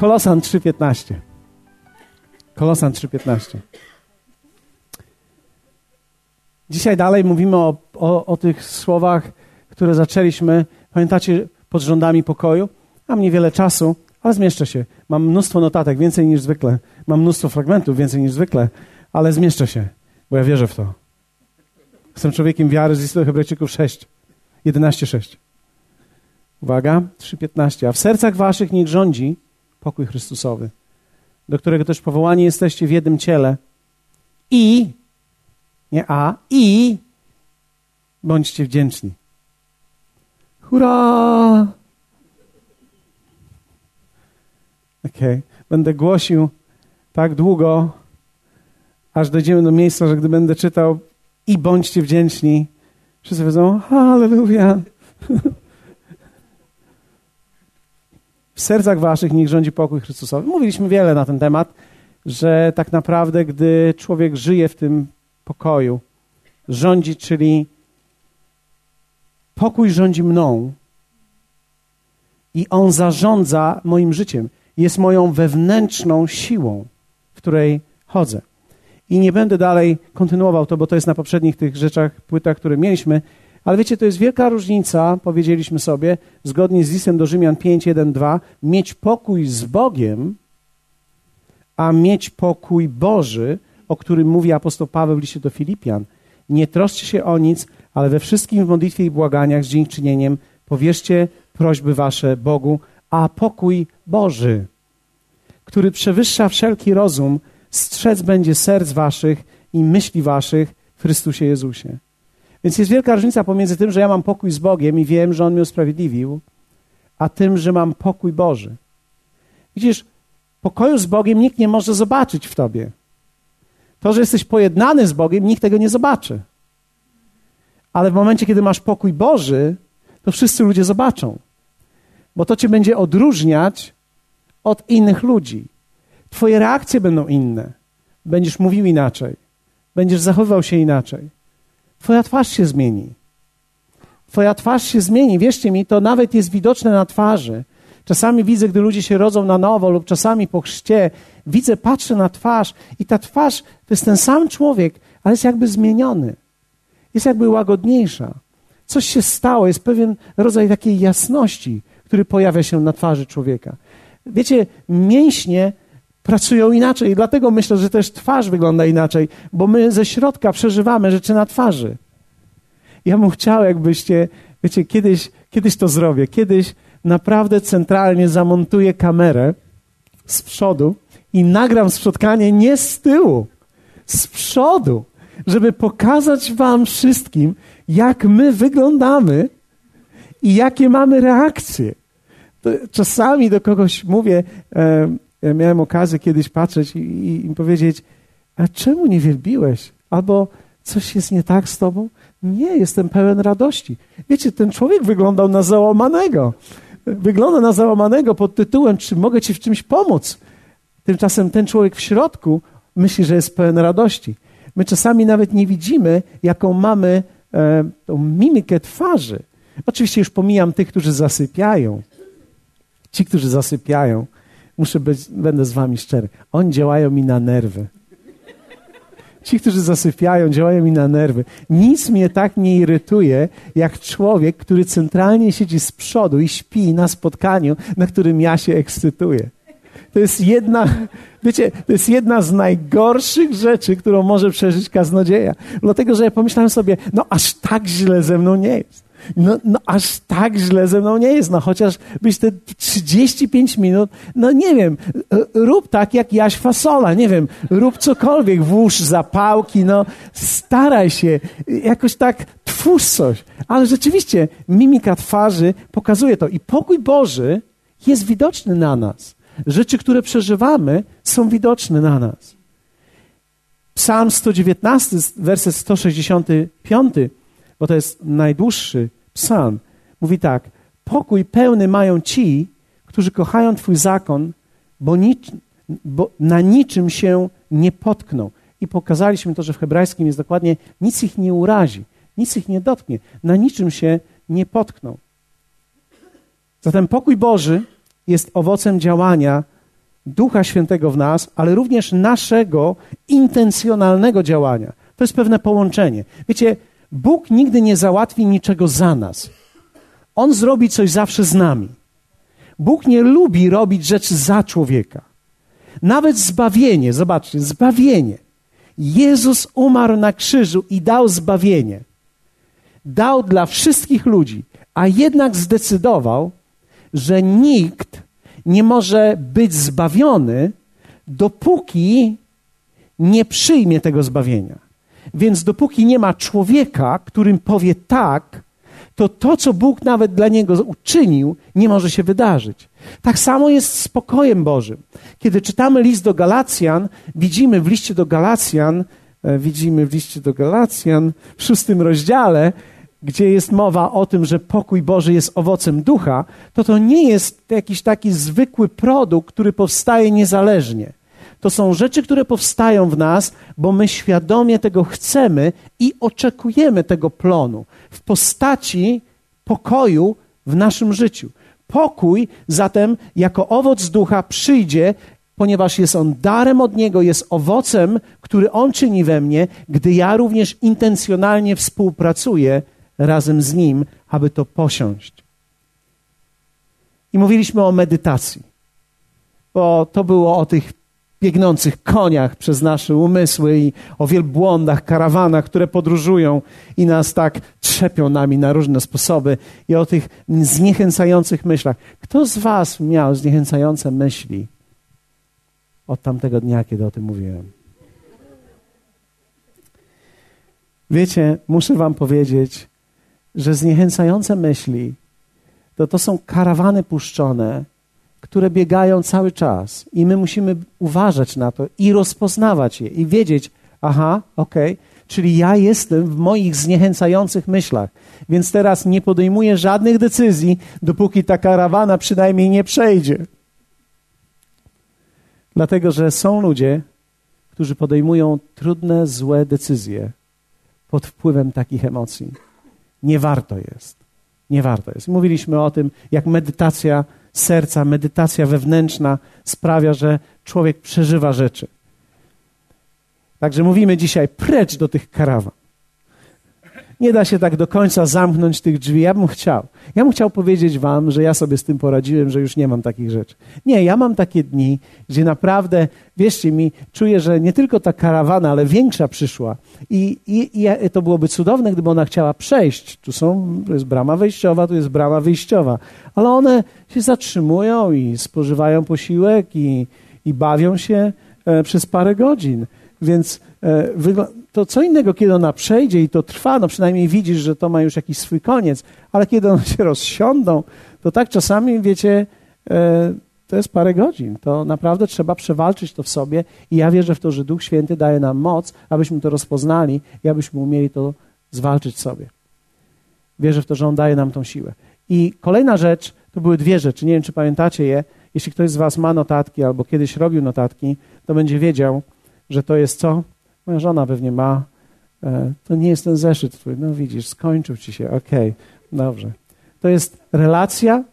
Kolosan 3:15. Kolosan 3:15. Dzisiaj dalej mówimy o tych słowach, które zaczęliśmy. Pamiętacie, pod rządami pokoju? Mam niewiele czasu, ale zmieszczę się. Mam mnóstwo notatek, więcej niż zwykle. Mam mnóstwo fragmentów, więcej niż zwykle, ale zmieszczę się, bo ja wierzę w to. Jestem człowiekiem wiary z listu Hebrajczyków 11:6. Uwaga, 3:15. A w sercach waszych niech rządzi pokój Chrystusowy, do którego też powołani jesteście w jednym ciele. I bądźcie wdzięczni. Hurra! Okej. Będę głosił tak długo, aż dojdziemy do miejsca, że gdy będę czytał i bądźcie wdzięczni, wszyscy powiedzą, halleluja. W sercach waszych niech rządzi pokój Chrystusowy. Mówiliśmy wiele na ten temat, że tak naprawdę, gdy człowiek żyje w tym pokoju, rządzi, czyli pokój rządzi mną i on zarządza moim życiem. Jest moją wewnętrzną siłą, w której chodzę. I nie będę dalej kontynuował to, bo to jest na poprzednich tych rzeczach, płytach, które mieliśmy, ale wiecie, to jest wielka różnica, powiedzieliśmy sobie, zgodnie z listem do Rzymian 5:1-2, mieć pokój z Bogiem, a mieć pokój Boży, o którym mówi apostoł Paweł w liście do Filipian. Nie troszcie się o nic, ale we wszystkim w modlitwie i błaganiach z dziękczynieniem powierzcie prośby wasze Bogu, a pokój Boży, który przewyższa wszelki rozum, strzec będzie serc waszych i myśli waszych w Chrystusie Jezusie. Więc jest wielka różnica pomiędzy tym, że ja mam pokój z Bogiem i wiem, że On mnie usprawiedliwił, a tym, że mam pokój Boży. Widzisz, pokoju z Bogiem nikt nie może zobaczyć w tobie. To, że jesteś pojednany z Bogiem, nikt tego nie zobaczy. Ale w momencie, kiedy masz pokój Boży, to wszyscy ludzie zobaczą. Bo to cię będzie odróżniać od innych ludzi. Twoje reakcje będą inne. Będziesz mówił inaczej. Będziesz zachowywał się inaczej. Twoja twarz się zmieni. Twoja twarz się zmieni. Wierzcie mi, to nawet jest widoczne na twarzy. Czasami widzę, gdy ludzie się rodzą na nowo lub czasami po chrzcie, patrzę na twarz i ta twarz to jest ten sam człowiek, ale jest jakby zmieniony. Jest jakby łagodniejsza. Coś się stało, jest pewien rodzaj takiej jasności, który pojawia się na twarzy człowieka. Wiecie, mięśnie pracują inaczej i dlatego myślę, że też twarz wygląda inaczej, bo my ze środka przeżywamy rzeczy na twarzy. Ja bym chciał, jakbyście, wiecie, kiedyś to zrobię, kiedyś naprawdę centralnie zamontuję kamerę z przodu i nagram spotkanie nie z tyłu, z przodu, żeby pokazać wam wszystkim, jak my wyglądamy i jakie mamy reakcje. To czasami do kogoś mówię, miałem okazję kiedyś patrzeć i powiedzieć, a czemu nie wielbiłeś? Albo coś jest nie tak z tobą? Nie, jestem pełen radości. Wiecie, ten człowiek wyglądał na załamanego. Wygląda na załamanego pod tytułem, czy mogę ci w czymś pomóc? Tymczasem ten człowiek w środku myśli, że jest pełen radości. My czasami nawet nie widzimy, jaką mamy tą mimikę twarzy. Oczywiście już pomijam tych, którzy zasypiają. Ci, którzy zasypiają, będę z wami szczery, oni działają mi na nerwy. Ci, którzy zasypiają, działają mi na nerwy. Nic mnie tak nie irytuje, jak człowiek, który centralnie siedzi z przodu i śpi na spotkaniu, na którym ja się ekscytuję. To jest jedna z najgorszych rzeczy, którą może przeżyć kaznodzieja. Dlatego, że ja pomyślałem sobie, aż tak źle ze mną nie jest. Aż tak źle ze mną nie jest. Chociaż byś te 35 minut, nie wiem, rób tak jak Jaś Fasola, nie wiem, rób cokolwiek, włóż zapałki, staraj się, jakoś tak twórz coś. Ale rzeczywiście mimika twarzy pokazuje to. I pokój Boży jest widoczny na nas. Rzeczy, które przeżywamy, są widoczne na nas. Psalm 119, werset 165, bo to jest najdłuższy psalm, mówi tak: pokój pełny mają ci, którzy kochają Twój zakon, bo na niczym się nie potkną. I pokazaliśmy to, że w hebrajskim jest dokładnie nic ich nie urazi, nic ich nie dotknie, na niczym się nie potkną. Zatem pokój Boży jest owocem działania Ducha Świętego w nas, ale również naszego intencjonalnego działania. To jest pewne połączenie. Wiecie, Bóg nigdy nie załatwi niczego za nas. On zrobi coś zawsze z nami. Bóg nie lubi robić rzeczy za człowieka. Nawet zbawienie, zobaczcie, zbawienie. Jezus umarł na krzyżu i dał zbawienie. Dał dla wszystkich ludzi, a jednak zdecydował, że nikt nie może być zbawiony, dopóki nie przyjmie tego zbawienia. Więc dopóki nie ma człowieka, którym powie tak, to, co Bóg nawet dla niego uczynił, nie może się wydarzyć. Tak samo jest z pokojem Bożym. Kiedy czytamy list do Galacjan, widzimy w liście do Galacjan, w 6 rozdziale, gdzie jest mowa o tym, że pokój Boży jest owocem ducha, to nie jest jakiś taki zwykły produkt, który powstaje niezależnie. To są rzeczy, które powstają w nas, bo my świadomie tego chcemy i oczekujemy tego plonu w postaci pokoju w naszym życiu. Pokój zatem jako owoc ducha przyjdzie, ponieważ jest on darem od Niego, jest owocem, który On czyni we mnie, gdy ja również intencjonalnie współpracuję razem z Nim, aby to posiąść. I mówiliśmy o medytacji, bo to było o tych biegnących koniach przez nasze umysły i o wielbłądach, karawanach, które podróżują i nas tak trzepią nami na różne sposoby i o tych zniechęcających myślach. Kto z was miał zniechęcające myśli od tamtego dnia, kiedy o tym mówiłem? Wiecie, muszę wam powiedzieć, że zniechęcające myśli to są karawany puszczone, które biegają cały czas i my musimy uważać na to i rozpoznawać je i wiedzieć, czyli ja jestem w moich zniechęcających myślach, więc teraz nie podejmuję żadnych decyzji, dopóki ta karawana przynajmniej nie przejdzie. Dlatego, że są ludzie, którzy podejmują trudne, złe decyzje pod wpływem takich emocji. Nie warto jest. Nie warto jest. Mówiliśmy o tym, jak medytacja serca, medytacja wewnętrzna sprawia, że człowiek przeżywa rzeczy. Także mówimy dzisiaj precz do tych karawan. Nie da się tak do końca zamknąć tych drzwi. Ja bym chciał powiedzieć wam, że ja sobie z tym poradziłem, że już nie mam takich rzeczy. Nie, ja mam takie dni, gdzie naprawdę, wierzcie mi, czuję, że nie tylko ta karawana, ale większa przyszła. I to byłoby cudowne, gdyby ona chciała przejść. Tu jest brama wejściowa, tu jest brama wyjściowa. Ale one się zatrzymują i spożywają posiłek i bawią się przez parę godzin. Więc to co innego, kiedy ona przejdzie i to trwa, przynajmniej widzisz, że to ma już jakiś swój koniec, ale kiedy one się rozsiądą, to tak czasami, wiecie, to jest parę godzin. To naprawdę trzeba przewalczyć to w sobie i ja wierzę w to, że Duch Święty daje nam moc, abyśmy to rozpoznali i abyśmy umieli to zwalczyć sobie. Wierzę w to, że On daje nam tą siłę. I kolejna rzecz, to były dwie rzeczy, nie wiem, czy pamiętacie je. Jeśli ktoś z was ma notatki albo kiedyś robił notatki, to będzie wiedział, że to jest co? Moja żona pewnie ma. To nie jest ten zeszyt twój. No widzisz, skończył ci się. Okej, dobrze. To jest relacja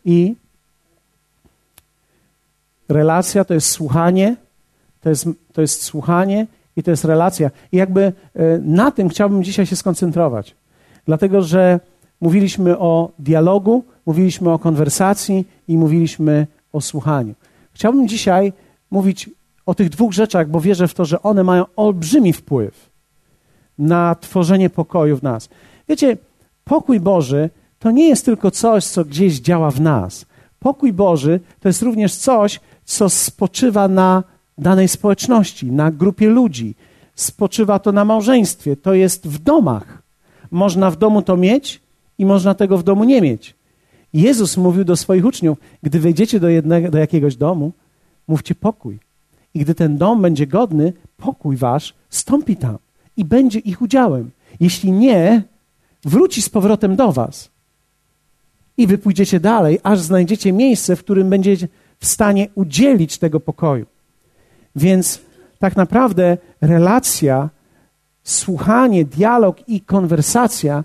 to jest słuchanie, to jest słuchanie i to jest relacja. I jakby na tym chciałbym dzisiaj się skoncentrować. Dlatego, że mówiliśmy o dialogu, mówiliśmy o konwersacji i mówiliśmy o słuchaniu. Chciałbym dzisiaj mówić o tych dwóch rzeczach, bo wierzę w to, że one mają olbrzymi wpływ na tworzenie pokoju w nas. Wiecie, pokój Boży to nie jest tylko coś, co gdzieś działa w nas. Pokój Boży to jest również coś, co spoczywa na danej społeczności, na grupie ludzi. Spoczywa to na małżeństwie, to jest w domach. Można w domu to mieć i można tego w domu nie mieć. Jezus mówił do swoich uczniów, gdy wejdziecie do jakiegoś domu, mówcie pokój. I gdy ten dom będzie godny, pokój wasz stąpi tam i będzie ich udziałem. Jeśli nie, wróci z powrotem do was. I wy pójdziecie dalej, aż znajdziecie miejsce, w którym będziecie w stanie udzielić tego pokoju. Więc tak naprawdę relacja, słuchanie, dialog i konwersacja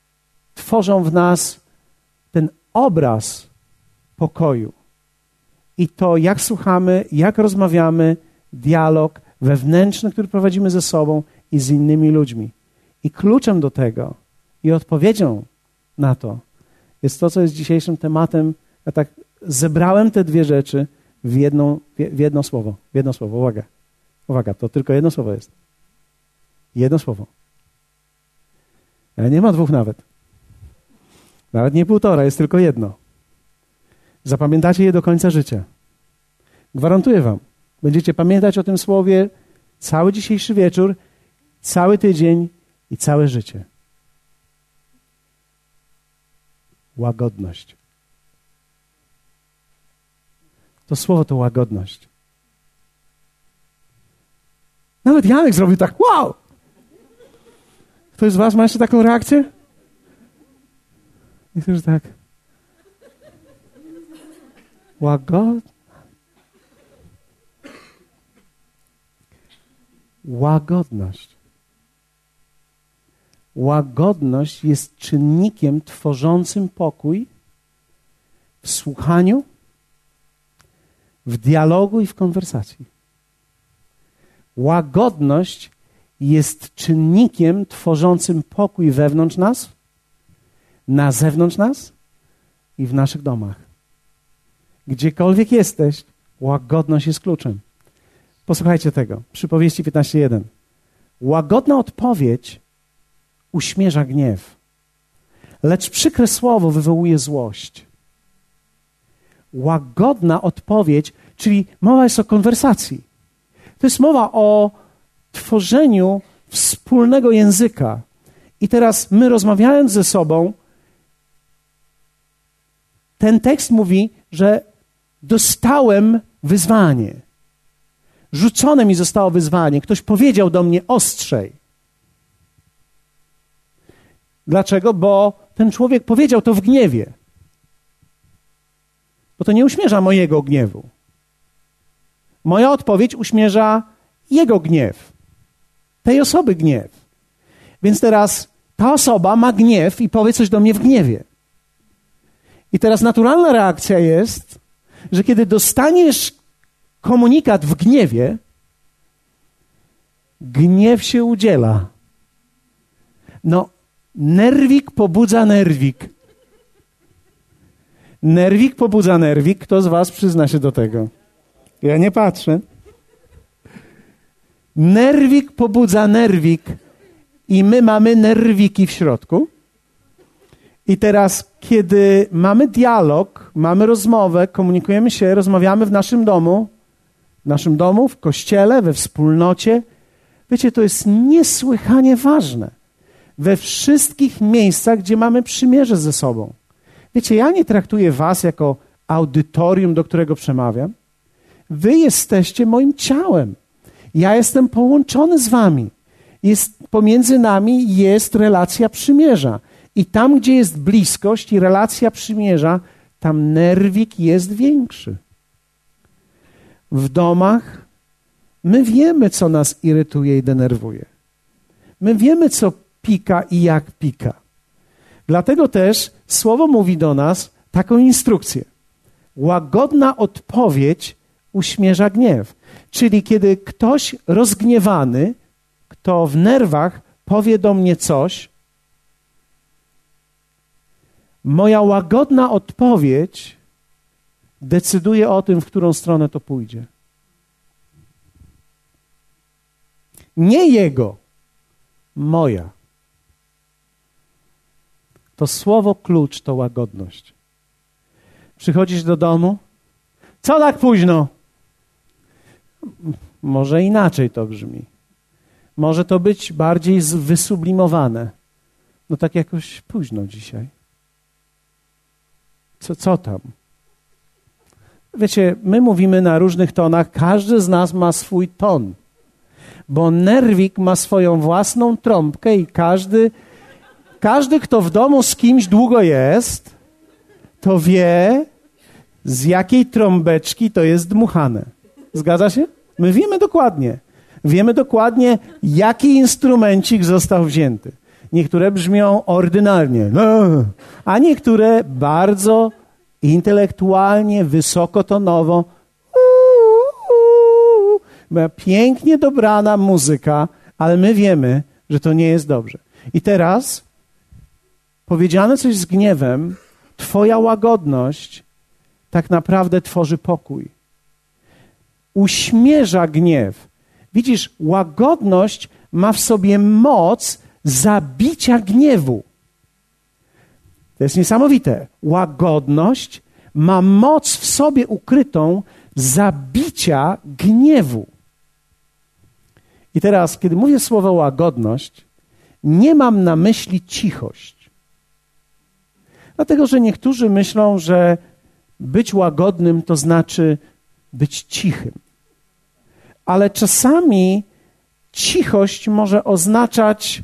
tworzą w nas ten obraz pokoju. i to, jak słuchamy, jak rozmawiamy, dialog wewnętrzny, który prowadzimy ze sobą i z innymi ludźmi. I kluczem do tego i odpowiedzią na to jest to, co jest dzisiejszym tematem. Ja tak zebrałem te dwie rzeczy w jedno słowo. W jedno słowo. Uwaga. Uwaga, to tylko jedno słowo jest. Jedno słowo. Ale nie ma dwóch nawet. Nawet nie półtora, jest tylko jedno. Zapamiętacie je do końca życia. Gwarantuję wam. Będziecie pamiętać o tym słowie cały dzisiejszy wieczór, cały tydzień i całe życie. Łagodność. To słowo to łagodność. Nawet Janek zrobił tak, wow! Ktoś z was ma jeszcze taką reakcję? Niektórzy tak. Łagodność. Łagodność jest czynnikiem tworzącym pokój w słuchaniu, w dialogu i w konwersacji. Łagodność jest czynnikiem tworzącym pokój wewnątrz nas, na zewnątrz nas i w naszych domach. Gdziekolwiek jesteś, łagodność jest kluczem. Posłuchajcie tego. Przypowieści 15:1. Łagodna odpowiedź uśmierza gniew, lecz przykre słowo wywołuje złość. Łagodna odpowiedź, czyli mowa jest o konwersacji. To jest mowa o tworzeniu wspólnego języka. I teraz my, rozmawiając ze sobą, ten tekst mówi, że dostałem wyzwanie. Rzucone mi zostało wyzwanie. Ktoś powiedział do mnie ostrzej. Dlaczego? Bo ten człowiek powiedział to w gniewie. Bo to nie uśmierza mojego gniewu. Moja odpowiedź uśmierza jego gniew. Tej osoby gniew. Więc teraz ta osoba ma gniew i powie coś do mnie w gniewie. I teraz naturalna reakcja jest, że kiedy dostaniesz komunikat w gniewie, gniew się udziela. No, nerwik pobudza nerwik. Nerwik pobudza nerwik. Kto z was przyzna się do tego? Ja nie patrzę. Nerwik pobudza nerwik i my mamy nerwiki w środku. I teraz, kiedy mamy dialog, mamy rozmowę, komunikujemy się, rozmawiamy w naszym domu, w kościele, we wspólnocie, wiecie, to jest niesłychanie ważne. We wszystkich miejscach, gdzie mamy przymierze ze sobą. Wiecie, ja nie traktuję was jako audytorium, do którego przemawiam. Wy jesteście moim ciałem. Ja jestem połączony z wami. Pomiędzy nami jest relacja przymierza. I tam, gdzie jest bliskość i relacja przymierza, tam nerwik jest większy. W domach my wiemy, co nas irytuje i denerwuje. My wiemy, co pika i jak pika. Dlatego też Słowo mówi do nas taką instrukcję. Łagodna odpowiedź uśmierza gniew. Czyli kiedy ktoś rozgniewany, kto w nerwach powie do mnie coś, moja łagodna odpowiedź decyduje o tym, w którą stronę to pójdzie. Nie jego, moja. To słowo klucz to łagodność. Przychodzisz do domu, co tak późno? Może inaczej to brzmi. Może to być bardziej wysublimowane. No tak jakoś późno dzisiaj. Co tam? Wiecie, my mówimy na różnych tonach, każdy z nas ma swój ton. Bo nerwik ma swoją własną trąbkę i każdy, kto w domu z kimś długo jest, to wie, z jakiej trąbeczki to jest dmuchane. Zgadza się? My wiemy dokładnie. Wiemy dokładnie, jaki instrumencik został wzięty. Niektóre brzmią ordynarnie, a niektóre bardzo i intelektualnie, wysokotonowo, pięknie dobrana muzyka, ale my wiemy, że to nie jest dobrze. I teraz powiedziane coś z gniewem, twoja łagodność tak naprawdę tworzy pokój. Uśmierza gniew. Widzisz, łagodność ma w sobie moc zabicia gniewu. To jest niesamowite. Łagodność ma moc w sobie ukrytą zabicia gniewu. I teraz, kiedy mówię słowo łagodność, nie mam na myśli cichość. Dlatego, że niektórzy myślą, że być łagodnym to znaczy być cichym. Ale czasami cichość może oznaczać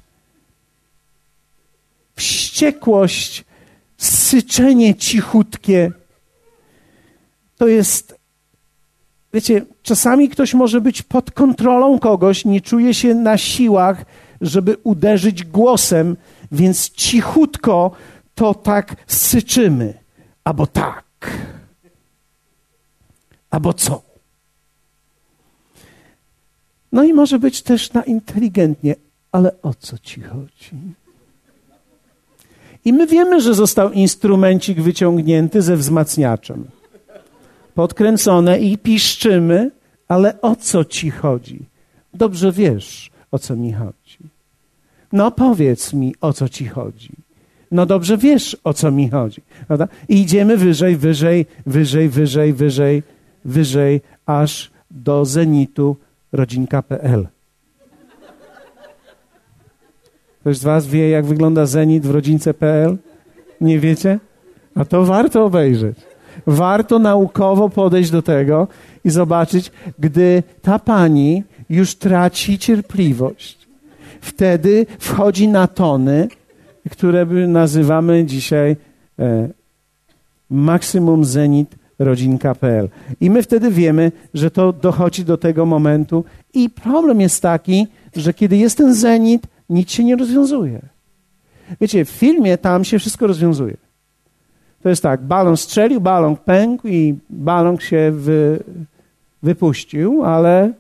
wściekłość, syczenie cichutkie. To jest, wiecie, czasami ktoś może być pod kontrolą kogoś, nie czuje się na siłach, żeby uderzyć głosem, więc cichutko to tak syczymy. Albo tak. Albo co? No i może być też na inteligentnie, ale o co ci chodzi? I my wiemy, że został instrumencik wyciągnięty ze wzmacniaczem. Podkręcone i piszczymy, ale o co ci chodzi? Dobrze wiesz, o co mi chodzi. No powiedz mi, o co ci chodzi. No dobrze wiesz, o co mi chodzi. Prawda? I idziemy wyżej, aż do zenitu rodzinka.pl. Ktoś z was wie, jak wygląda zenit w rodzince.pl? Nie wiecie? A to warto obejrzeć. Warto naukowo podejść do tego i zobaczyć, gdy ta pani już traci cierpliwość. Wtedy wchodzi na tony, które nazywamy dzisiaj maksimum zenit rodzinka.pl. I my wtedy wiemy, że to dochodzi do tego momentu i problem jest taki, że kiedy jest ten zenit, nic się nie rozwiązuje. Wiecie, w filmie tam się wszystko rozwiązuje. To jest tak, balon strzelił, balon pękł i balon się wypuścił, ale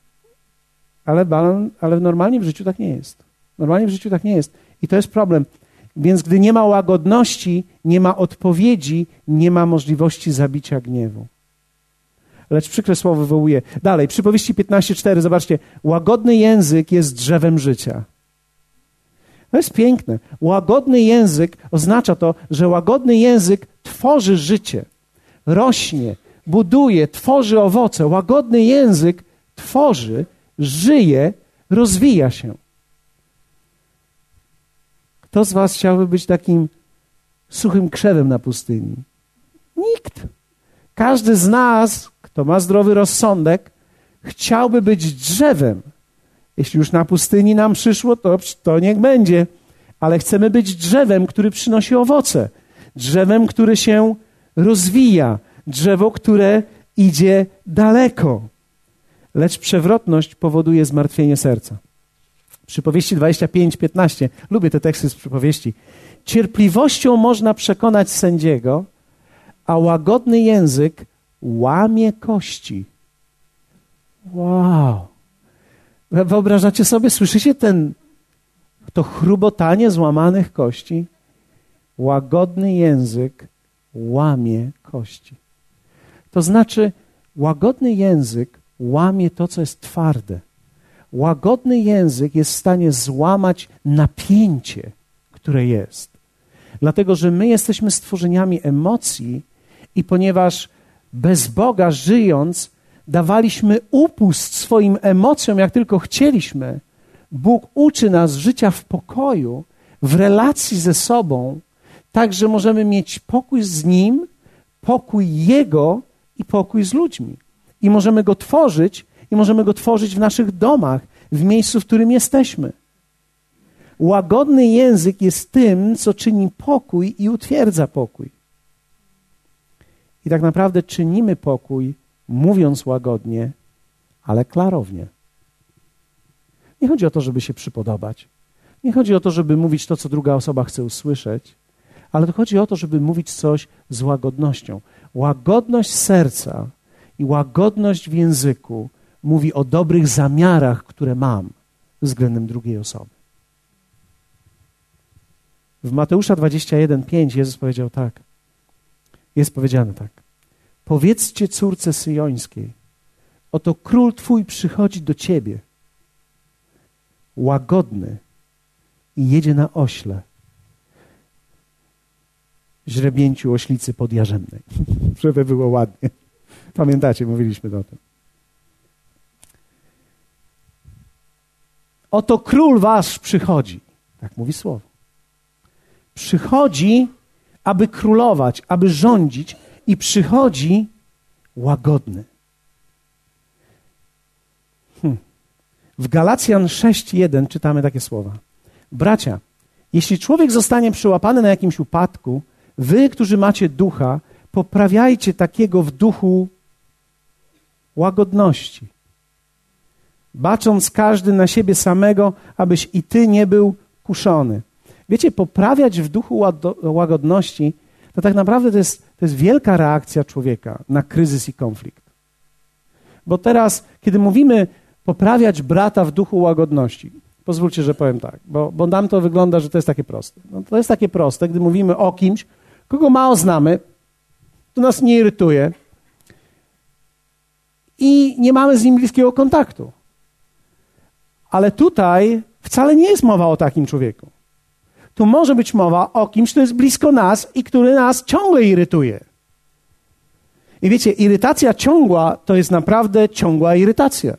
normalnie w życiu tak nie jest. Normalnie w życiu tak nie jest. I to jest problem. Więc gdy nie ma łagodności, nie ma odpowiedzi, nie ma możliwości zabicia gniewu. Lecz przykre słowo wywołuje. Dalej, Przypowieści 15:4, zobaczcie. Łagodny język jest drzewem życia. To jest piękne. Łagodny język oznacza to, że łagodny język tworzy życie. Rośnie, buduje, tworzy owoce. Łagodny język tworzy, żyje, rozwija się. Kto z was chciałby być takim suchym krzewem na pustyni? Nikt. Każdy z nas, kto ma zdrowy rozsądek, chciałby być drzewem. Jeśli już na pustyni nam przyszło, to niech będzie. Ale chcemy być drzewem, który przynosi owoce. Drzewem, który się rozwija. Drzewo, które idzie daleko. Lecz przewrotność powoduje zmartwienie serca. Przypowieści 25:15. Lubię te teksty z przypowieści. Cierpliwością można przekonać sędziego, a łagodny język łamie kości. Wow. Wyobrażacie sobie, słyszycie to chrubotanie złamanych kości? Łagodny język łamie kości. To znaczy, łagodny język łamie to, co jest twarde. Łagodny język jest w stanie złamać napięcie, które jest. Dlatego, że my jesteśmy stworzeniami emocji i ponieważ bez Boga żyjąc, dawaliśmy upust swoim emocjom, jak tylko chcieliśmy, Bóg uczy nas życia w pokoju, w relacji ze sobą, tak, że możemy mieć pokój z Nim, pokój Jego i pokój z ludźmi. I możemy Go tworzyć, i możemy Go tworzyć w naszych domach, w miejscu, w którym jesteśmy. Łagodny język jest tym, co czyni pokój i utwierdza pokój. I tak naprawdę czynimy pokój, mówiąc łagodnie, ale klarownie. Nie chodzi o to, żeby się przypodobać. Nie chodzi o to, żeby mówić to, co druga osoba chce usłyszeć, Ale to chodzi o to, żeby mówić coś z łagodnością. Łagodność serca i łagodność w języku mówi o dobrych zamiarach, które mam względem drugiej osoby. W Mateusza 21:5 Jezus powiedział tak. Jest powiedziane tak. Powiedzcie córce syjońskiej, oto król twój przychodzi do ciebie, łagodny i jedzie na ośle, źrebięciu oślicy podjarzemnej. Żeby było ładnie. Pamiętacie, mówiliśmy o tym. Oto król wasz przychodzi. Tak mówi słowo. Przychodzi, aby królować, aby rządzić i przychodzi łagodny. W Galacjan 6:1 czytamy takie słowa. Bracia, jeśli człowiek zostanie przyłapany na jakimś upadku, wy, którzy macie ducha, poprawiajcie takiego w duchu łagodności, bacząc każdy na siebie samego, abyś i ty nie był kuszony. Wiecie, poprawiać w duchu łagodności, to tak naprawdę to jest wielka reakcja człowieka na kryzys i konflikt. Bo teraz, kiedy mówimy poprawiać brata w duchu łagodności, pozwólcie, że powiem tak, bo nam to wygląda, że to jest takie proste. No, to jest takie proste, gdy mówimy o kimś, kogo mało znamy, to nas nie irytuje i nie mamy z nim bliskiego kontaktu. Ale tutaj wcale nie jest mowa o takim człowieku. Tu może być mowa o kimś, kto jest blisko nas i który nas ciągle irytuje. I wiecie, irytacja ciągła to jest naprawdę ciągła irytacja.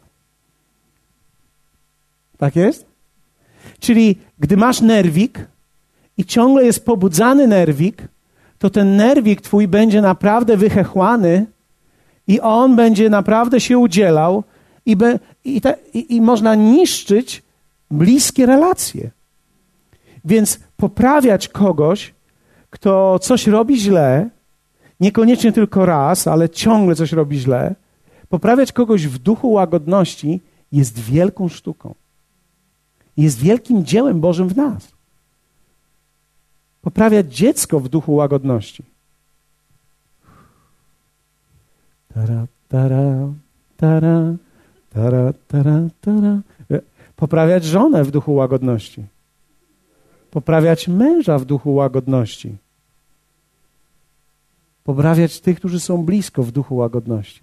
Tak jest? Czyli gdy masz nerwik i ciągle jest pobudzany nerwik, to ten nerwik twój będzie naprawdę wychechłany i on będzie naprawdę się udzielał i można niszczyć bliskie relacje. Więc poprawiać kogoś, kto coś robi źle, niekoniecznie tylko raz, ale ciągle coś robi źle, poprawiać kogoś w duchu łagodności jest wielką sztuką. Jest wielkim dziełem Bożym w nas. Poprawiać dziecko w duchu łagodności. Tara, tara, tara, tara, tara, tara. Poprawiać żonę w duchu łagodności. Poprawiać męża w duchu łagodności. Poprawiać tych, którzy są blisko w duchu łagodności.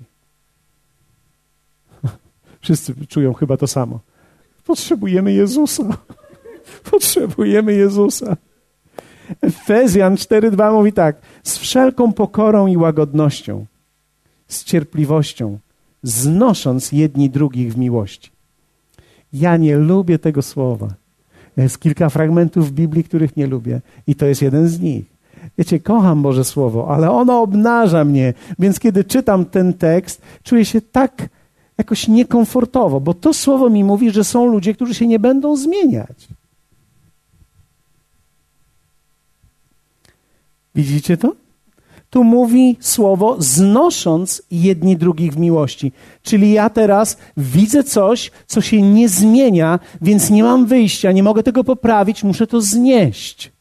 Wszyscy czują chyba to samo. Potrzebujemy Jezusa. Potrzebujemy Jezusa. Efezjan 4:2 mówi tak. Z wszelką pokorą i łagodnością, z cierpliwością, znosząc jedni drugich w miłości. Ja nie lubię tego słowa. Jest kilka fragmentów w Biblii, których nie lubię. I to jest jeden z nich. Wiecie, kocham Boże Słowo, ale ono obnaża mnie. Więc kiedy czytam ten tekst, czuję się tak jakoś niekomfortowo, bo to słowo mi mówi, że są ludzie, którzy się nie będą zmieniać. Widzicie to? Tu mówi słowo znosząc jedni drugich w miłości. Czyli ja teraz widzę coś, co się nie zmienia, więc nie mam wyjścia, nie mogę tego poprawić, muszę to znieść.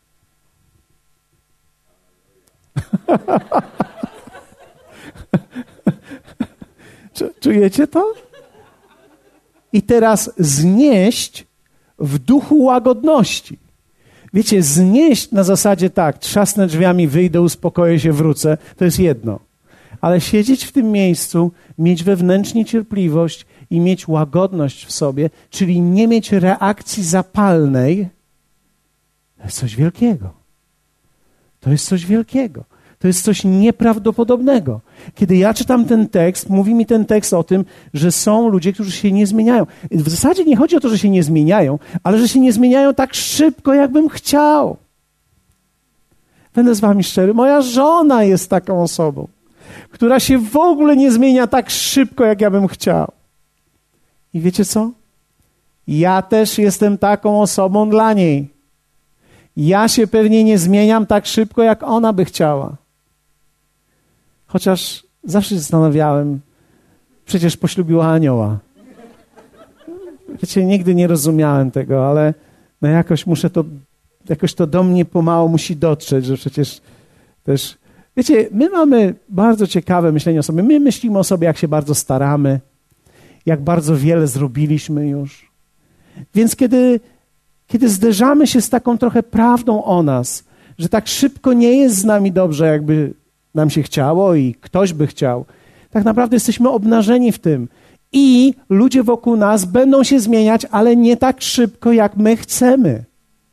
Czujecie to? I teraz znieść w duchu łagodności. Wiecie, znieść na zasadzie tak, trzasnę drzwiami, wyjdę, uspokoję się, wrócę, to jest jedno. Ale siedzieć w tym miejscu, mieć wewnętrznie cierpliwość i mieć łagodność w sobie, czyli nie mieć reakcji zapalnej, to jest coś wielkiego. To jest coś wielkiego. To jest coś nieprawdopodobnego. Kiedy ja czytam ten tekst, mówi mi ten tekst o tym, że są ludzie, którzy się nie zmieniają. W zasadzie nie chodzi o to, że się nie zmieniają, ale że się nie zmieniają tak szybko, jakbym chciał. Będę z wami szczery, moja żona jest taką osobą, która się w ogóle nie zmienia tak szybko, jak ja bym chciał. I wiecie co? Ja też jestem taką osobą dla niej. Ja się pewnie nie zmieniam tak szybko, jak ona by chciała. Chociaż zawsze się zastanawiałem, przecież poślubiła anioła. Wiecie, nigdy nie rozumiałem tego, ale no jakoś muszę to jakoś to do mnie pomału musi dotrzeć, że przecież też... Wiecie, my mamy bardzo ciekawe myślenie o sobie. My myślimy o sobie, jak się bardzo staramy, jak bardzo wiele zrobiliśmy już. Więc kiedy zderzamy się z taką trochę prawdą o nas, że tak szybko nie jest z nami dobrze, jakby nam się chciało i ktoś by chciał, tak naprawdę jesteśmy obnażeni w tym. I ludzie wokół nas będą się zmieniać, ale nie tak szybko, jak my chcemy.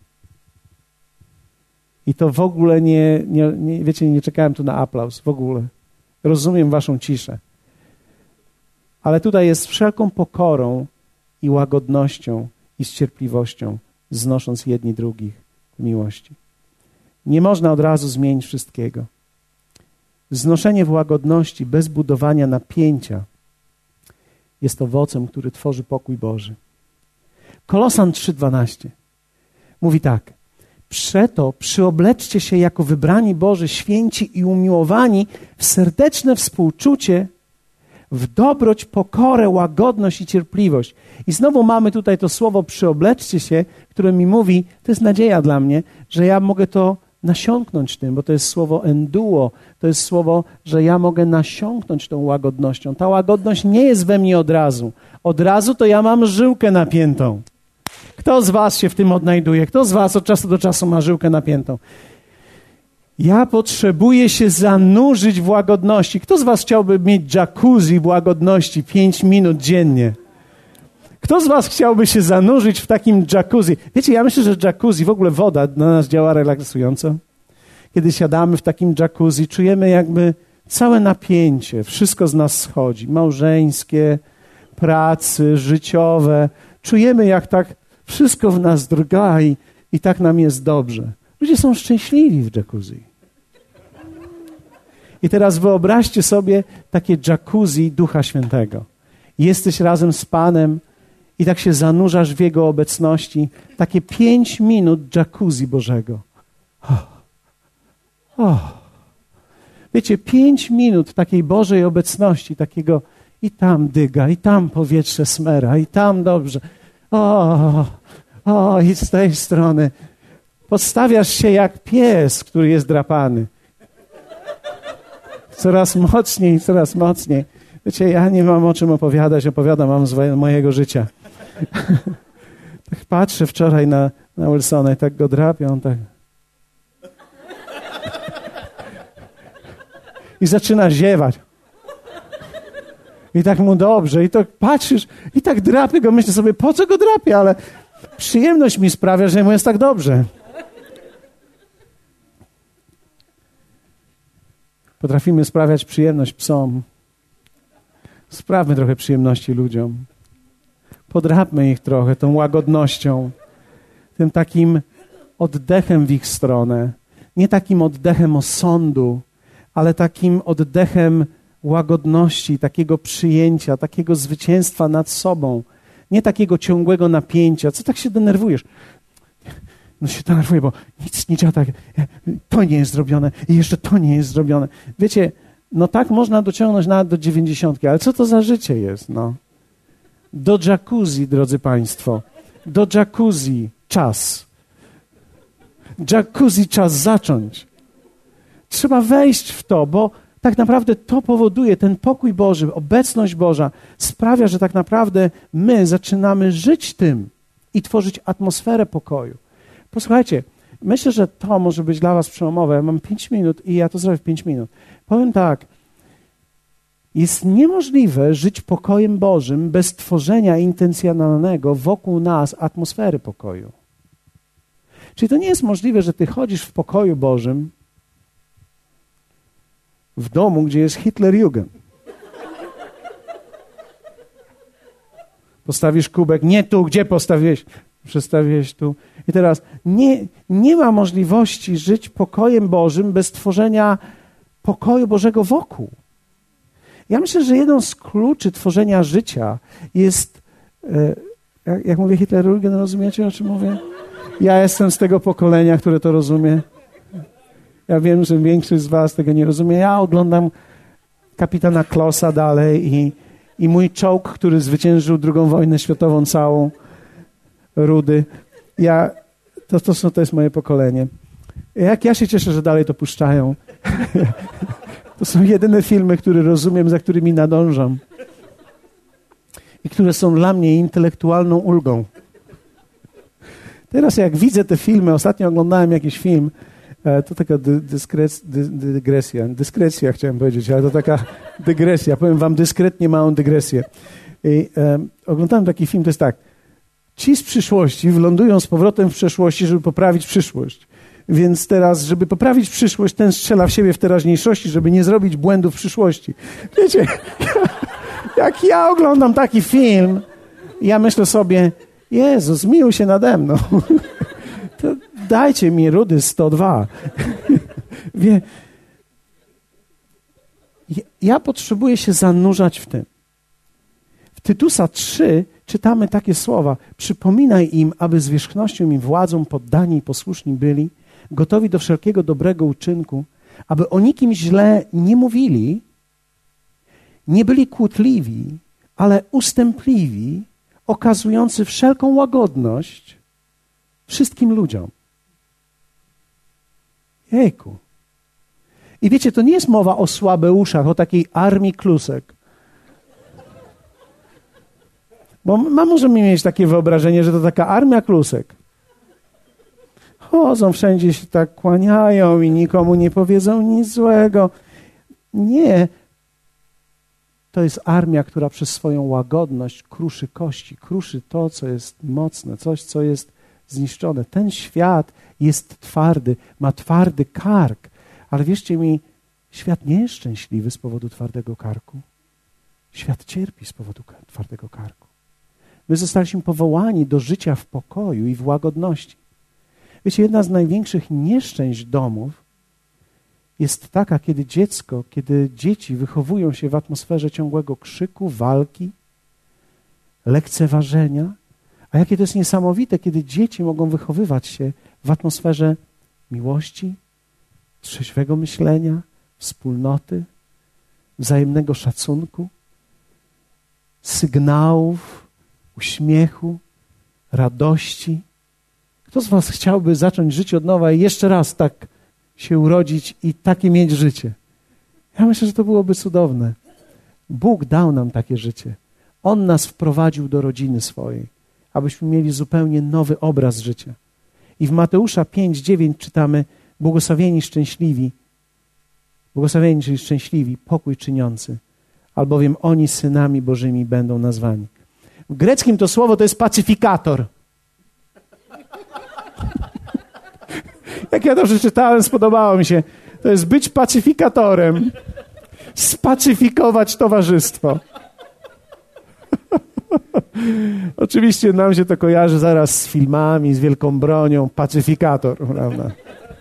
I to w ogóle wiecie, nie czekałem tu na aplauz, w ogóle. Rozumiem waszą ciszę. Ale tutaj jest z wszelką pokorą i łagodnością i z cierpliwością, znosząc jedni drugich w miłości. Nie można od razu zmienić wszystkiego. Znoszenie w łagodności bez budowania napięcia jest owocem, który tworzy pokój Boży. Kolosan 3:12 mówi tak: przeto przyobleczcie się jako wybrani Boży, święci i umiłowani w serdeczne współczucie, w dobroć, pokorę, łagodność i cierpliwość. I znowu mamy tutaj to słowo przyobleczcie się, które mi mówi, to jest nadzieja dla mnie, że ja mogę to nasiąknąć tym, bo to jest słowo enduo, to jest słowo, że ja mogę nasiąknąć tą łagodnością. Ta łagodność nie jest we mnie od razu. Od razu to ja mam żyłkę napiętą. Kto z was się w tym odnajduje? Kto z was od czasu do czasu ma żyłkę napiętą? Ja potrzebuję się zanurzyć w łagodności. Kto z was chciałby mieć jacuzzi w łagodności 5 minut dziennie? Kto z was chciałby się zanurzyć w takim jacuzzi? Wiecie, ja myślę, że jacuzzi, w ogóle woda na nas działa relaksująco. Kiedy siadamy w takim jacuzzi, czujemy jakby całe napięcie, wszystko z nas schodzi. Małżeńskie, pracy, życiowe. Czujemy, jak tak wszystko w nas drga i tak nam jest dobrze. Ludzie są szczęśliwi w jacuzzi. I teraz wyobraźcie sobie takie jacuzzi Ducha Świętego. Jesteś razem z Panem i tak się zanurzasz w Jego obecności. Takie 5 minut jacuzzi Bożego. Wiecie, 5 minut takiej Bożej obecności, takiego i tam dyga, i tam powietrze smera, i tam dobrze. I z tej strony. Podstawiasz się jak pies, który jest drapany. Coraz mocniej, coraz mocniej. Wiecie, ja nie mam o czym opowiadać, opowiadam wam z mojego życia. Tak patrzę wczoraj na Wilsona i tak go drapią, tak. I zaczyna ziewać. I tak mu dobrze. I to patrzysz, i tak drapie go. Myślę sobie, po co go drapie? Ale przyjemność mi sprawia, że mu jest tak dobrze. Potrafimy sprawiać przyjemność psom. Sprawmy trochę przyjemności ludziom. Podrapmy ich trochę tą łagodnością, tym takim oddechem w ich stronę. Nie takim oddechem osądu, ale takim oddechem łagodności, takiego przyjęcia, takiego zwycięstwa nad sobą. Nie takiego ciągłego napięcia. Co tak się denerwujesz? No się denerwuję, bo nic nie działa tak. To nie jest zrobione i jeszcze to nie jest zrobione. Wiecie, no tak można dociągnąć nawet do 90, ale co to za życie jest, no? Do jacuzzi, drodzy państwo. Do jacuzzi czas. Jacuzzi czas zacząć. Trzeba wejść w to, bo tak naprawdę to powoduje, ten pokój Boży, obecność Boża sprawia, że tak naprawdę my zaczynamy żyć tym i tworzyć atmosferę pokoju. Posłuchajcie, myślę, że to może być dla was przełomowe. Ja mam 5 minut i ja to zrobię w 5 minut. Powiem tak, jest niemożliwe żyć pokojem Bożym bez tworzenia intencjonalnego wokół nas atmosfery pokoju. Czyli to nie jest możliwe, że ty chodzisz w pokoju Bożym w domu, gdzie jest Hitlerjugend. Postawisz kubek, nie tu, gdzie postawiłeś? Przestawiłeś tu. I teraz nie ma możliwości żyć pokojem Bożym bez tworzenia pokoju Bożego wokół. Ja myślę, że jeden z kluczy tworzenia życia jest, jak mówię Hitlerjugend, rozumiecie, o czym mówię? Ja jestem z tego pokolenia, które to rozumie. Ja wiem, że większość z was tego nie rozumie. Ja oglądam kapitana Klossa dalej i mój czołg, który zwyciężył II wojnę światową całą, rudy. To jest moje pokolenie. Jak ja się cieszę, że dalej to puszczają. To są jedyne filmy, które rozumiem, za którymi nadążam. I które są dla mnie intelektualną ulgą. Teraz jak widzę te filmy, ostatnio oglądałem jakiś film, to taka dyskrecja chciałem powiedzieć, ale to taka dygresja. Powiem wam dyskretnie małą dygresję. Oglądałem taki film, to jest tak. Ci z przyszłości wylądują z powrotem w przeszłości, żeby poprawić przyszłość. Więc teraz, żeby poprawić przyszłość, ten strzela w siebie w teraźniejszości, żeby nie zrobić błędów w przyszłości. Wiecie, jak ja oglądam taki film, ja myślę sobie, Jezu, zmiłuj się nade mną. To dajcie mi Rudy 102. Ja potrzebuję się zanurzać w tym. W Tytusa 3 czytamy takie słowa. Przypominaj im, aby zwierzchnością i władzą poddani i posłuszni byli, gotowi do wszelkiego dobrego uczynku, aby o nikim źle nie mówili, nie byli kłótliwi, ale ustępliwi, okazujący wszelką łagodność wszystkim ludziom. Jejku. I wiecie, to nie jest mowa o słabeuszach, o takiej armii klusek. Bo możemy mieć takie wyobrażenie, że to taka armia klusek. Chodzą wszędzie, się tak kłaniają i nikomu nie powiedzą nic złego. Nie. To jest armia, która przez swoją łagodność kruszy kości, kruszy to, co jest mocne, coś, co jest zniszczone. Ten świat jest twardy, ma twardy kark, ale wierzcie mi, świat nie jest szczęśliwy z powodu twardego karku. Świat cierpi z powodu twardego karku. My zostaliśmy powołani do życia w pokoju i w łagodności. Wiecie, jedna z największych nieszczęść domów jest taka, kiedy dzieci wychowują się w atmosferze ciągłego krzyku, walki, lekceważenia. A jakie to jest niesamowite, kiedy dzieci mogą wychowywać się w atmosferze miłości, trzeźwego myślenia, wspólnoty, wzajemnego szacunku, sygnałów, uśmiechu, radości. Kto z was chciałby zacząć życie od nowa i jeszcze raz tak się urodzić i takie mieć życie? Ja myślę, że to byłoby cudowne. Bóg dał nam takie życie. On nas wprowadził do rodziny swojej, abyśmy mieli zupełnie nowy obraz życia. I w Mateusza 5:9 czytamy: błogosławieni, czyli szczęśliwi, pokój czyniący, albowiem oni synami Bożymi będą nazwani. W greckim to słowo to jest pacyfikator. Jak ja to przeczytałem, spodobało mi się. To jest być pacyfikatorem. Spacyfikować towarzystwo. Oczywiście nam się to kojarzy zaraz z filmami, z wielką bronią. Pacyfikator, prawda?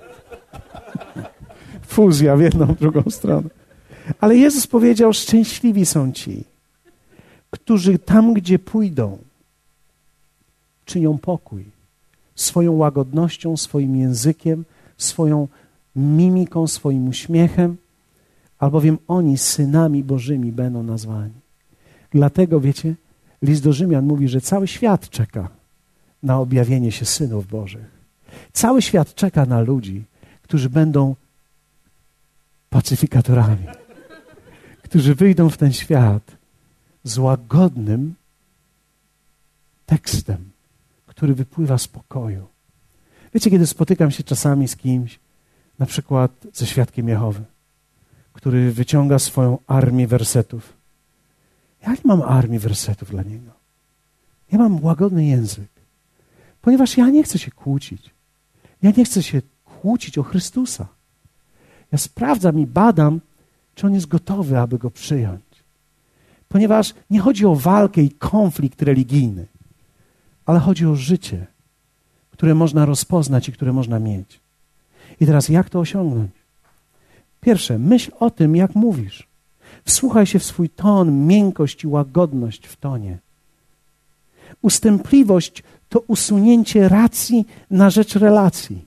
Fuzja w jedną, w drugą stronę. Ale Jezus powiedział, szczęśliwi są ci, którzy tam, gdzie pójdą, czynią pokój. Swoją łagodnością, swoim językiem, swoją mimiką, swoim uśmiechem, albowiem oni synami Bożymi będą nazwani. Dlatego, wiecie, list do Rzymian mówi, że cały świat czeka na objawienie się synów Bożych. Cały świat czeka na ludzi, którzy będą pacyfikatorami, którzy wyjdą w ten świat z łagodnym tekstem, który wypływa z pokoju. Wiecie, kiedy spotykam się czasami z kimś, na przykład ze świadkiem Jehowy, który wyciąga swoją armię wersetów. Ja nie mam armii wersetów dla niego. Ja mam łagodny język, ponieważ ja nie chcę się kłócić. Ja nie chcę się kłócić o Chrystusa. Ja sprawdzam i badam, czy on jest gotowy, aby go przyjąć. Ponieważ nie chodzi o walkę i konflikt religijny, ale chodzi o życie, które można rozpoznać i które można mieć. I teraz jak to osiągnąć? Pierwsze, myśl o tym, jak mówisz. Wsłuchaj się w swój ton, miękkość i łagodność w tonie. Ustępliwość to usunięcie racji na rzecz relacji.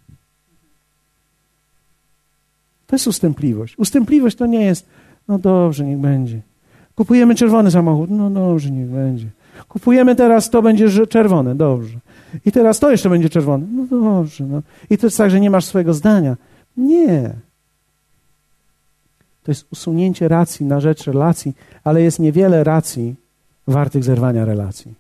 To jest ustępliwość. Ustępliwość to nie jest, no dobrze, niech będzie. Kupujemy czerwony samochód, no dobrze, niech będzie. Kupujemy teraz, to będzie czerwone, dobrze. I teraz to jeszcze będzie czerwone. No dobrze, no. I to jest tak, że nie masz swojego zdania. Nie. To jest usunięcie racji na rzecz relacji, ale jest niewiele racji wartych zerwania relacji.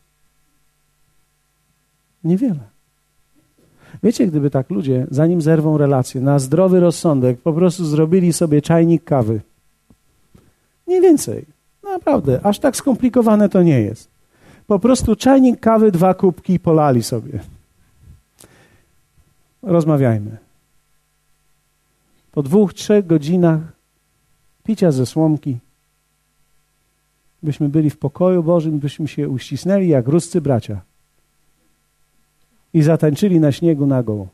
Niewiele. Wiecie, gdyby tak ludzie, zanim zerwą relacje, na zdrowy rozsądek po prostu zrobili sobie czajnik kawy. Nie więcej. Naprawdę, aż tak skomplikowane to nie jest. Po prostu czajnik kawy, 2 kubki polali sobie. Rozmawiajmy. Po 2-3 godzinach picia ze słomki byśmy byli w pokoju Bożym, byśmy się uścisnęli jak ruscy bracia i zatańczyli na śniegu nago.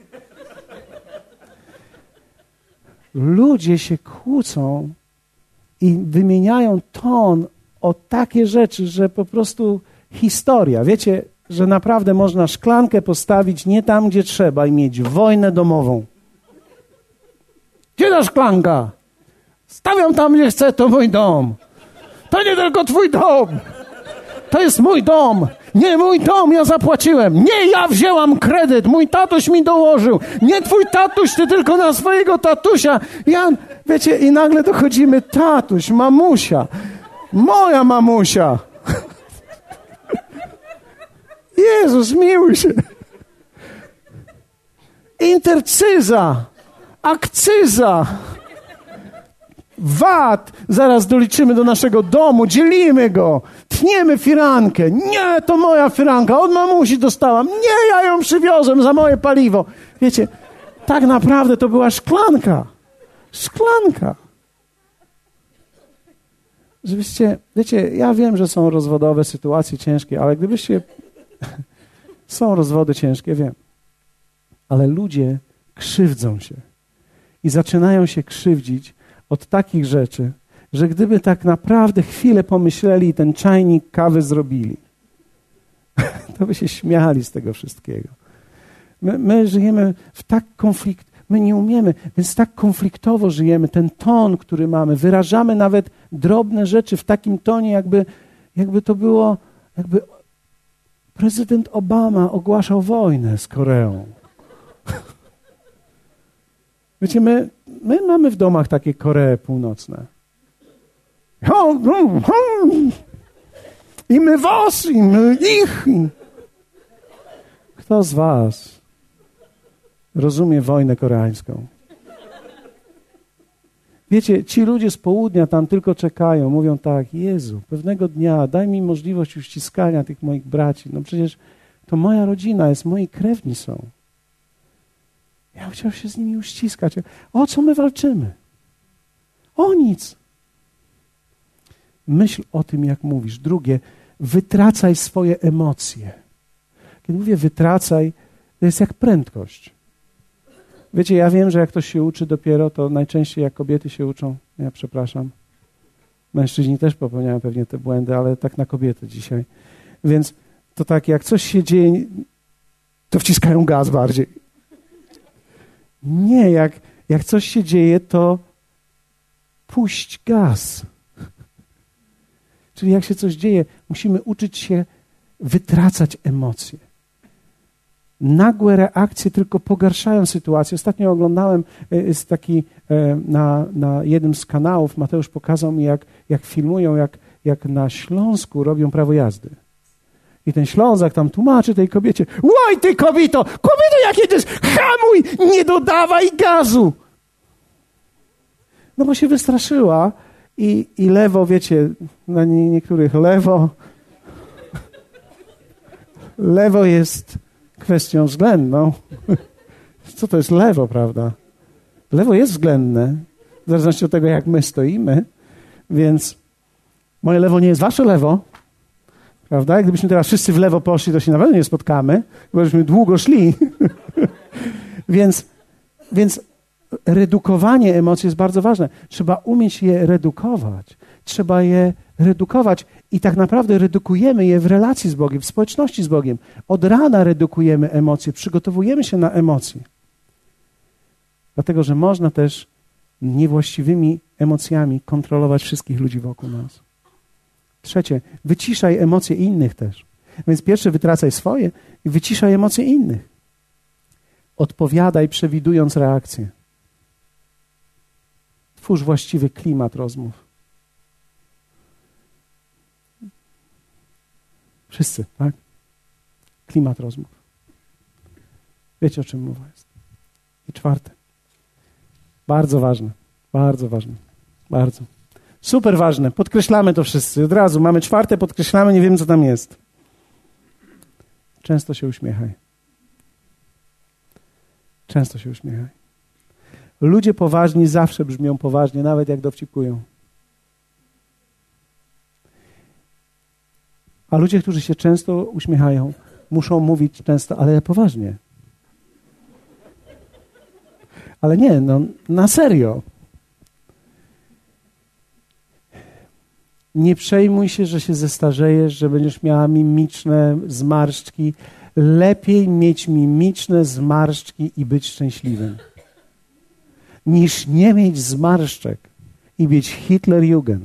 Ludzie się kłócą i wymieniają ton o takie rzeczy, że po prostu historia. Wiecie, że naprawdę można szklankę postawić nie tam, gdzie trzeba i mieć wojnę domową. Gdzie ta szklanka? Stawiam tam, gdzie chcę, to mój dom. To nie tylko twój dom. To jest mój dom. Nie mój dom, ja zapłaciłem. Nie, ja wzięłam kredyt. Mój tatuś mi dołożył. Nie twój tatuś, ty tylko na swojego tatusia. Wiecie, i nagle dochodzimy, tatuś, mamusia. Moja mamusia. Jezus, miłuj się. Intercyza. Akcyza. VAT, zaraz doliczymy do naszego domu, dzielimy go, tniemy firankę. Nie, to moja firanka, od mamusi dostałam. Nie, ja ją przywiozłem za moje paliwo. Wiecie, tak naprawdę to była szklanka. Szklanka. Żebyście, wiecie, ja wiem, że są rozwodowe sytuacje ciężkie, ale gdybyście... Są rozwody ciężkie, wiem. Ale ludzie krzywdzą się i zaczynają się krzywdzić od takich rzeczy, że gdyby tak naprawdę chwilę pomyśleli i ten czajnik kawy zrobili, to by się śmiali z tego wszystkiego. My żyjemy w tak my nie umiemy, więc tak konfliktowo żyjemy. Ten ton, który mamy, wyrażamy nawet drobne rzeczy w takim tonie, jakby to było, jakby prezydent Obama ogłaszał wojnę z Koreą. Wiecie, my mamy w domach takie Koree północne. I my was, i my ich. Kto z was rozumie wojnę koreańską? Wiecie, ci ludzie z południa tam tylko czekają, mówią tak, Jezu, pewnego dnia daj mi możliwość uściskania tych moich braci. No przecież to moja rodzina jest, moi krewni są. Ja chciał się z nimi uściskać. O co my walczymy? O nic. Myśl o tym, jak mówisz. Drugie, wytracaj swoje emocje. Kiedy mówię wytracaj, to jest jak prędkość. Wiecie, ja wiem, że jak ktoś się uczy dopiero, to najczęściej jak kobiety się uczą, ja przepraszam, mężczyźni też popełniają pewnie te błędy, ale tak na kobiety dzisiaj. Więc to tak, jak coś się dzieje, to wciskają gaz bardziej. Nie, jak coś się dzieje, to puść gaz. Czyli jak się coś dzieje, musimy uczyć się wytracać emocje. Nagłe reakcje tylko pogarszają sytuację. Ostatnio oglądałem, jest taki na jednym z kanałów, Mateusz pokazał mi, jak filmują, jak na Śląsku robią prawo jazdy. I ten Ślązak tam tłumaczy tej kobiecie, łoj ty kobieto, jak jedziesz, hamuj, nie dodawaj gazu. No bo się wystraszyła i lewo, wiecie, na niektórych lewo jest kwestią względną. Co to jest lewo, prawda? Lewo jest względne, w zależności od tego, jak my stoimy, więc moje lewo nie jest wasze lewo, prawda? Gdybyśmy teraz wszyscy w lewo poszli, to się na pewno nie spotkamy, bo byśmy długo szli. Więc redukowanie emocji jest bardzo ważne. Trzeba umieć je redukować. Trzeba je redukować i tak naprawdę redukujemy je w relacji z Bogiem, w społeczności z Bogiem. Od rana redukujemy emocje, przygotowujemy się na emocje. Dlatego, że można też niewłaściwymi emocjami kontrolować wszystkich ludzi wokół nas. Trzecie, wyciszaj emocje innych też. Więc pierwsze wytracaj swoje i wyciszaj emocje innych. Odpowiadaj, przewidując reakcję. Twórz właściwy klimat rozmów. Wszyscy, tak? Klimat rozmów. Wiecie, o czym mowa jest. I czwarte. Bardzo ważne. Bardzo ważne. Bardzo. Super ważne. Podkreślamy to wszyscy. Od razu mamy czwarte, podkreślamy, nie wiemy, co tam jest. Często się uśmiechaj. Często się uśmiechaj. Ludzie poważni zawsze brzmią poważnie, nawet jak dowcipkują. A ludzie, którzy się często uśmiechają, muszą mówić często, ale poważnie. Ale nie, no na serio. Nie przejmuj się, że się zestarzejesz, że będziesz miała mimiczne zmarszczki. Lepiej mieć mimiczne zmarszczki i być szczęśliwym, niż nie mieć zmarszczek i być Hitlerjugend.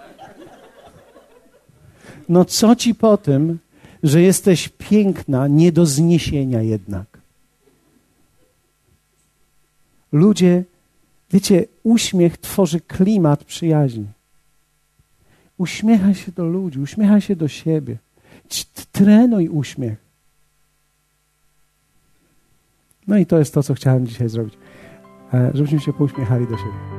No co ci po tym, że jesteś piękna, nie do zniesienia jednak. Ludzie, wiecie, uśmiech tworzy klimat przyjaźni. Uśmiechaj się do ludzi, uśmiechaj się do siebie. Trenuj uśmiech. No i to jest to, co chciałem dzisiaj zrobić. Żebyśmy się pouśmiechali do siebie.